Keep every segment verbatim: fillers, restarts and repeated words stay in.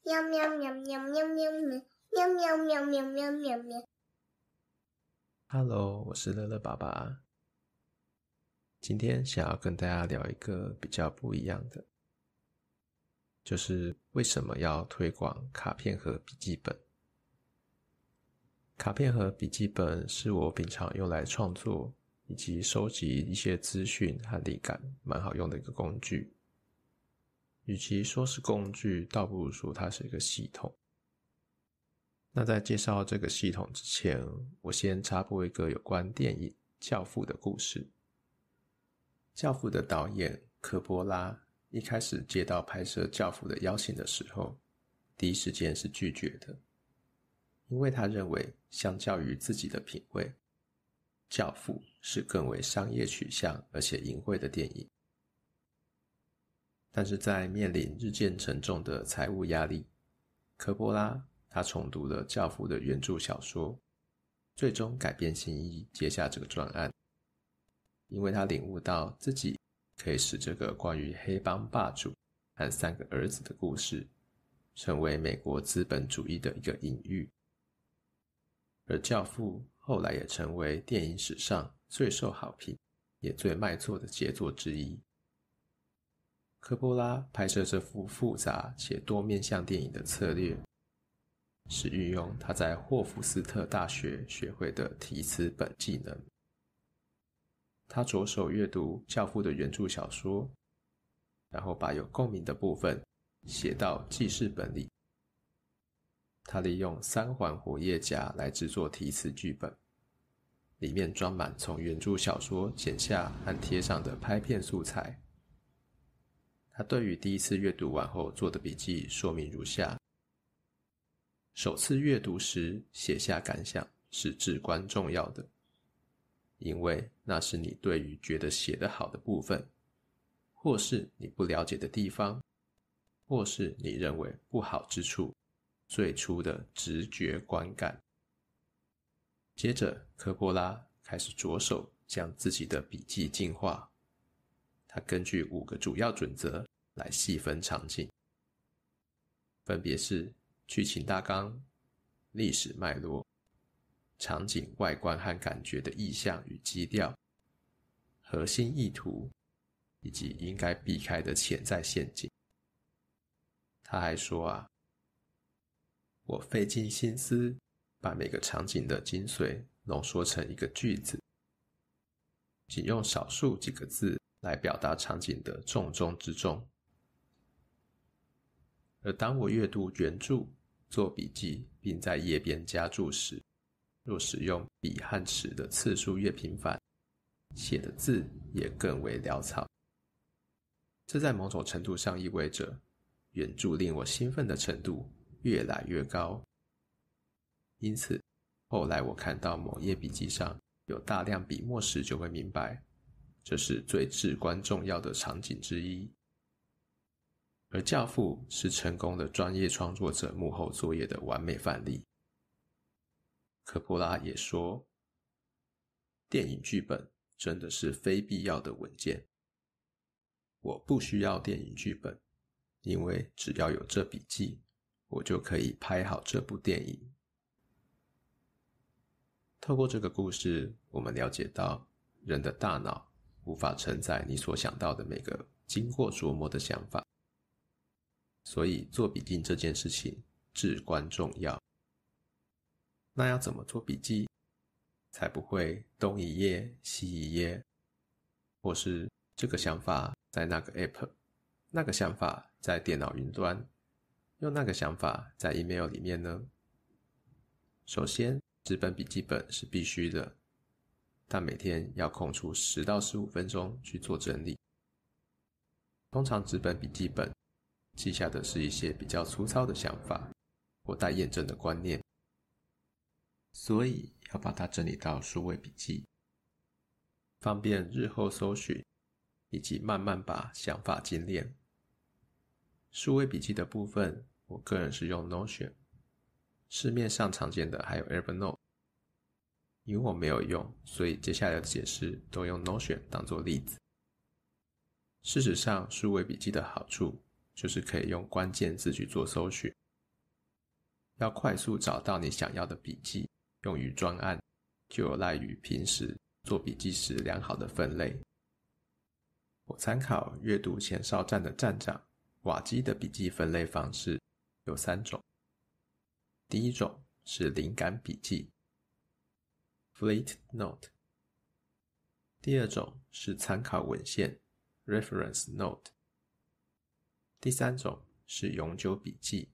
喵喵喵喵喵喵喵喵喵喵喵喵喵喵。 Hello， 我是乐乐爸爸。今天想要跟大家聊一个比较不一样的，就是为什么要推广卡片盒笔记本。卡片盒笔记本是我平常用来创作以及收集一些资讯和灵感蛮好用的一个工具。与其说是工具，倒不如说它是一个系统。那在介绍这个系统之前，我先插播一个有关电影《教父》的故事。《教父》的导演科波拉一开始接到拍摄《教父》的邀请的时候，第一时间是拒绝的，因为他认为相较于自己的品味，《教父》是更为商业取向而且淫秽的电影。但是在面临日渐沉重的财务压力，科波拉他重读了《教父》的原著小说，最终改变心意接下这个专案，因为他领悟到自己可以使这个关于黑帮霸主和三个儿子的故事成为美国资本主义的一个隐喻。而《教父》后来也成为电影史上最受好评也最卖座的杰作之一。科波拉拍摄这幅复杂且多面向电影的策略，是运用他在霍福斯特大学学会的提词本技能。他着手阅读《教父》的原著小说，然后把有共鸣的部分写到记事本里。他利用三环活页夹来制作提词剧本，里面装满从原著小说剪下和贴上的拍片素材。他对于第一次阅读完后做的笔记说明如下：首次阅读时写下感想是至关重要的，因为那是你对于觉得写得好的部分，或是你不了解的地方，或是你认为不好之处，最初的直觉观感。接着科波拉开始着手将自己的笔记进化，他根据五个主要准则来细分场景，分别是剧情大纲、历史脉络、场景外观和感觉的意象与基调、核心意图，以及应该避开的潜在陷阱。他还说啊，我费尽心思把每个场景的精髓浓缩成一个句子，仅用少数几个字来表达场景的重中之重。而当我阅读原著、做笔记并在页边加注时，若使用笔和尺的次数越频繁，写的字也更为潦草。这在某种程度上意味着原著令我兴奋的程度越来越高。因此后来我看到某页笔记上有大量笔墨时，就会明白这是最至关重要的场景之一。而《教父》是成功的专业创作者幕后作业的完美范例。科波拉也说，电影剧本真的是非必要的文件。我不需要电影剧本，因为只要有这笔记，我就可以拍好这部电影。透过这个故事，我们了解到人的大脑无法承载你所想到的每个经过琢磨的想法，所以做笔记这件事情至关重要。那要怎么做笔记，才不会东一页西一页，或是这个想法在那个 App， 那个想法在电脑云端，用那个想法在 email 里面呢？首先，纸本笔记本是必须的，但每天要空出十到十五分钟去做整理。通常纸本笔记本记下的是一些比较粗糙的想法或待验证的观念，所以要把它整理到数位笔记，方便日后搜寻以及慢慢把想法精炼。数位笔记的部分，我个人是用 Notion， 市面上常见的还有 Evernote。因为我没有用，所以接下来的解释都用 Notion 当作例子。事实上，数位笔记的好处就是可以用关键字去做搜寻， 要快速找到你想要的笔记，用于专案，就有赖于平时做笔记时良好的分类。我参考阅读前哨站的站长瓦基的笔记分类方式有三种。第一种是灵感笔记 Fleet Note， 第二种是参考文献 Reference Note， 第三种是永久笔记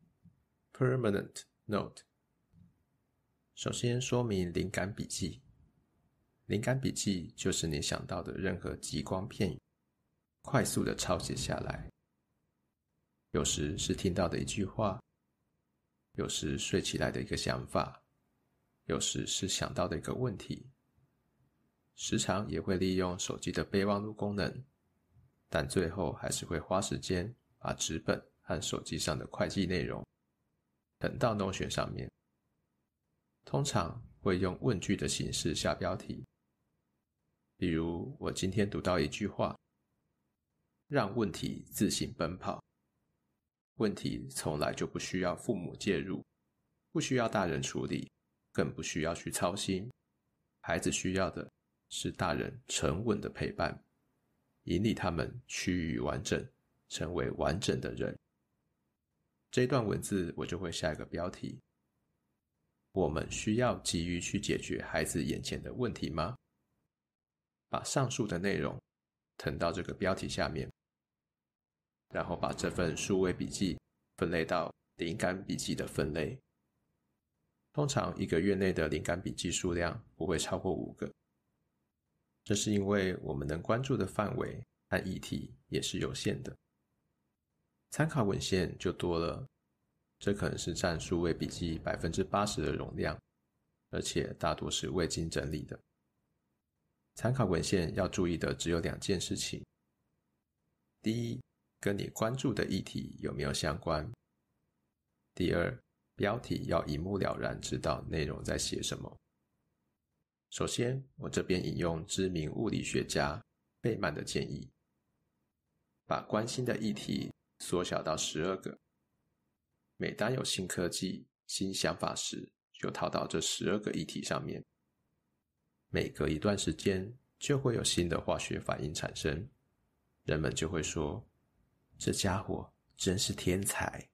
Permanent Note。 首先说明灵感笔记。灵感笔记就是你想到的任何极光片语，快速的抄写下来。有时是听到的一句话，有时睡起来的一个想法，有时是想到的一个问题。时常也会利用手机的备忘录功能，但最后还是会花时间把纸本和手机上的会计内容誊到 Notion 上面。通常会用问句的形式下标题，比如我今天读到一句话，让问题自行奔跑。问题从来就不需要父母介入，不需要大人处理，更不需要去操心。孩子需要的是大人沉稳的陪伴，引领他们趋于完整，成为完整的人。这一段文字我就会下一个标题，我们需要急于去解决孩子眼前的问题吗？把上述的内容誊到这个标题下面，然后把这份数位笔记分类到灵感笔记的分类。通常一个月内的灵感笔记数量不会超过五个，这是因为我们能关注的范围和议题也是有限的，参考文献就多了，这可能是占数位笔记 百分之八十 的容量，而且大多是未经整理的。参考文献要注意的只有两件事情。第一，跟你关注的议题有没有相关。第二，标题要一目了然知道内容在写什么。首先，我这边引用知名物理学家费曼的建议，把关心的议题缩小到十二个。每当有新科技、新想法时，就套到这十二个议题上面。每隔一段时间，就会有新的化学反应产生，人们就会说，这家伙真是天才。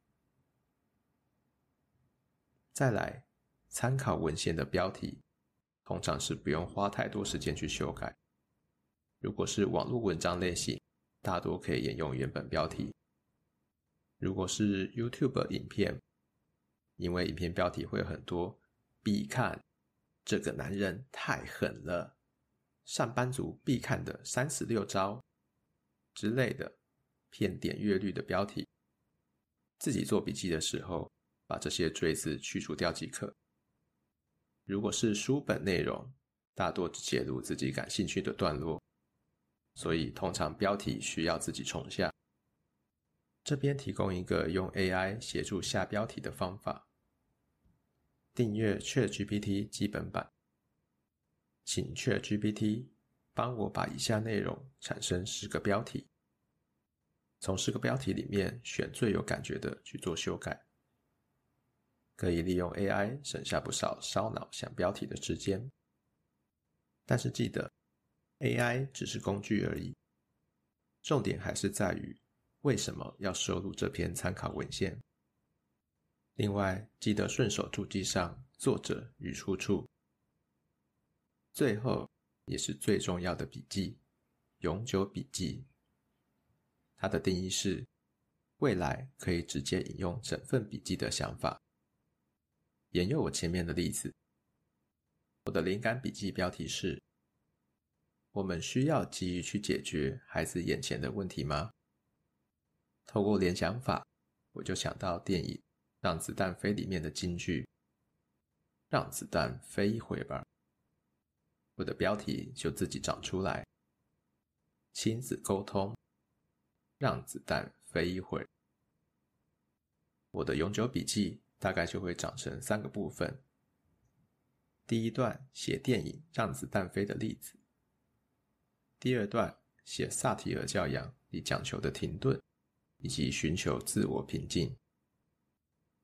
再来，参考文献的标题通常是不用花太多时间去修改。如果是网络文章类型，大多可以沿用原本标题。如果是 YouTube 影片，因为影片标题会有很多必看，这个男人太狠了，上班族必看的三十六招之类的骗点阅率的标题，自己做笔记的时候把这些赘字去除掉即可。如果是书本内容，大多只写入自己感兴趣的段落，所以通常标题需要自己重下。这边提供一个用 A I 协助下标题的方法。订阅 ChatGPT 基本版，请 ChatGPT 帮我把以下内容产生十个标题，从十个标题里面选最有感觉的去做修改。可以利用 A I 省下不少烧脑想标题的时间。但是记得 A I 只是工具而已，重点还是在于为什么要收录这篇参考文献。另外，记得顺手注记上作者与出处。最后，也是最重要的笔记，永久笔记。它的定义是，未来可以直接引用整份笔记的想法。沿用我前面的例子，我的灵感笔记标题是：我们需要急于去解决孩子眼前的问题吗？透过联想法，我就想到电影《让子弹飞》里面的金句：让子弹飞一会吧。我的标题就自己长出来，亲子沟通，让子弹飞一会。我的永久笔记大概就会长成三个部分。第一段写电影《让子弹飞》的例子，第二段写萨提尔教养里讲求的停顿以及寻求自我平静，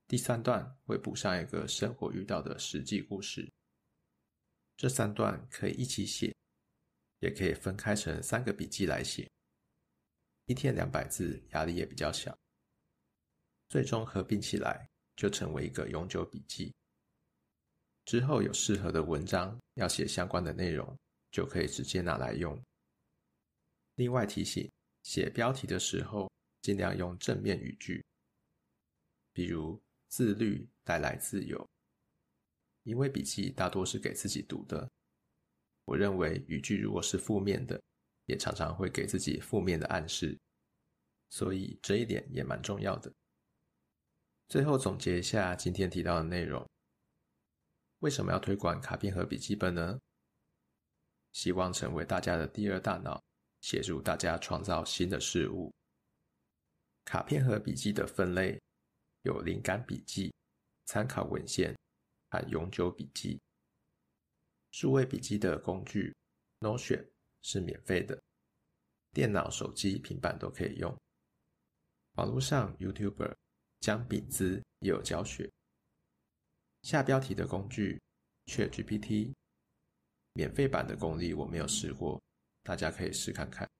第三段会补上一个生活遇到的实际故事。这三段可以一起写，也可以分开成三个笔记来写。一天两百字，压力也比较小。最终合并起来，就成为一个永久笔记。之后有适合的文章要写相关的内容，就可以直接拿来用。另外提醒，写标题的时候尽量用正面语句，比如自律带来自由。因为笔记大多是给自己读的，我认为语句如果是负面的，也常常会给自己负面的暗示，所以这一点也蛮重要的。最后总结一下今天提到的内容。为什么要推广卡片和笔记本呢？希望成为大家的第二大脑，协助大家创造新的事物。卡片和笔记的分类有灵感笔记、参考文献和永久笔记。数位笔记的工具 Notion 是免费的，电脑、手机、平板都可以用。网络上 YouTuber 江炳姿也有教学。下标题的工具 ChatGPT， 免费版的功力我没有试过，大家可以试看看。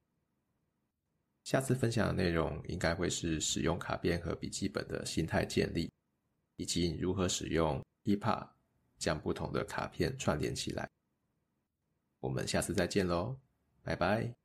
下次分享的内容应该会是使用卡片和笔记本的心态建立，以及如何使用 E P U B 将不同的卡片串联起来。我们下次再见咯，拜拜。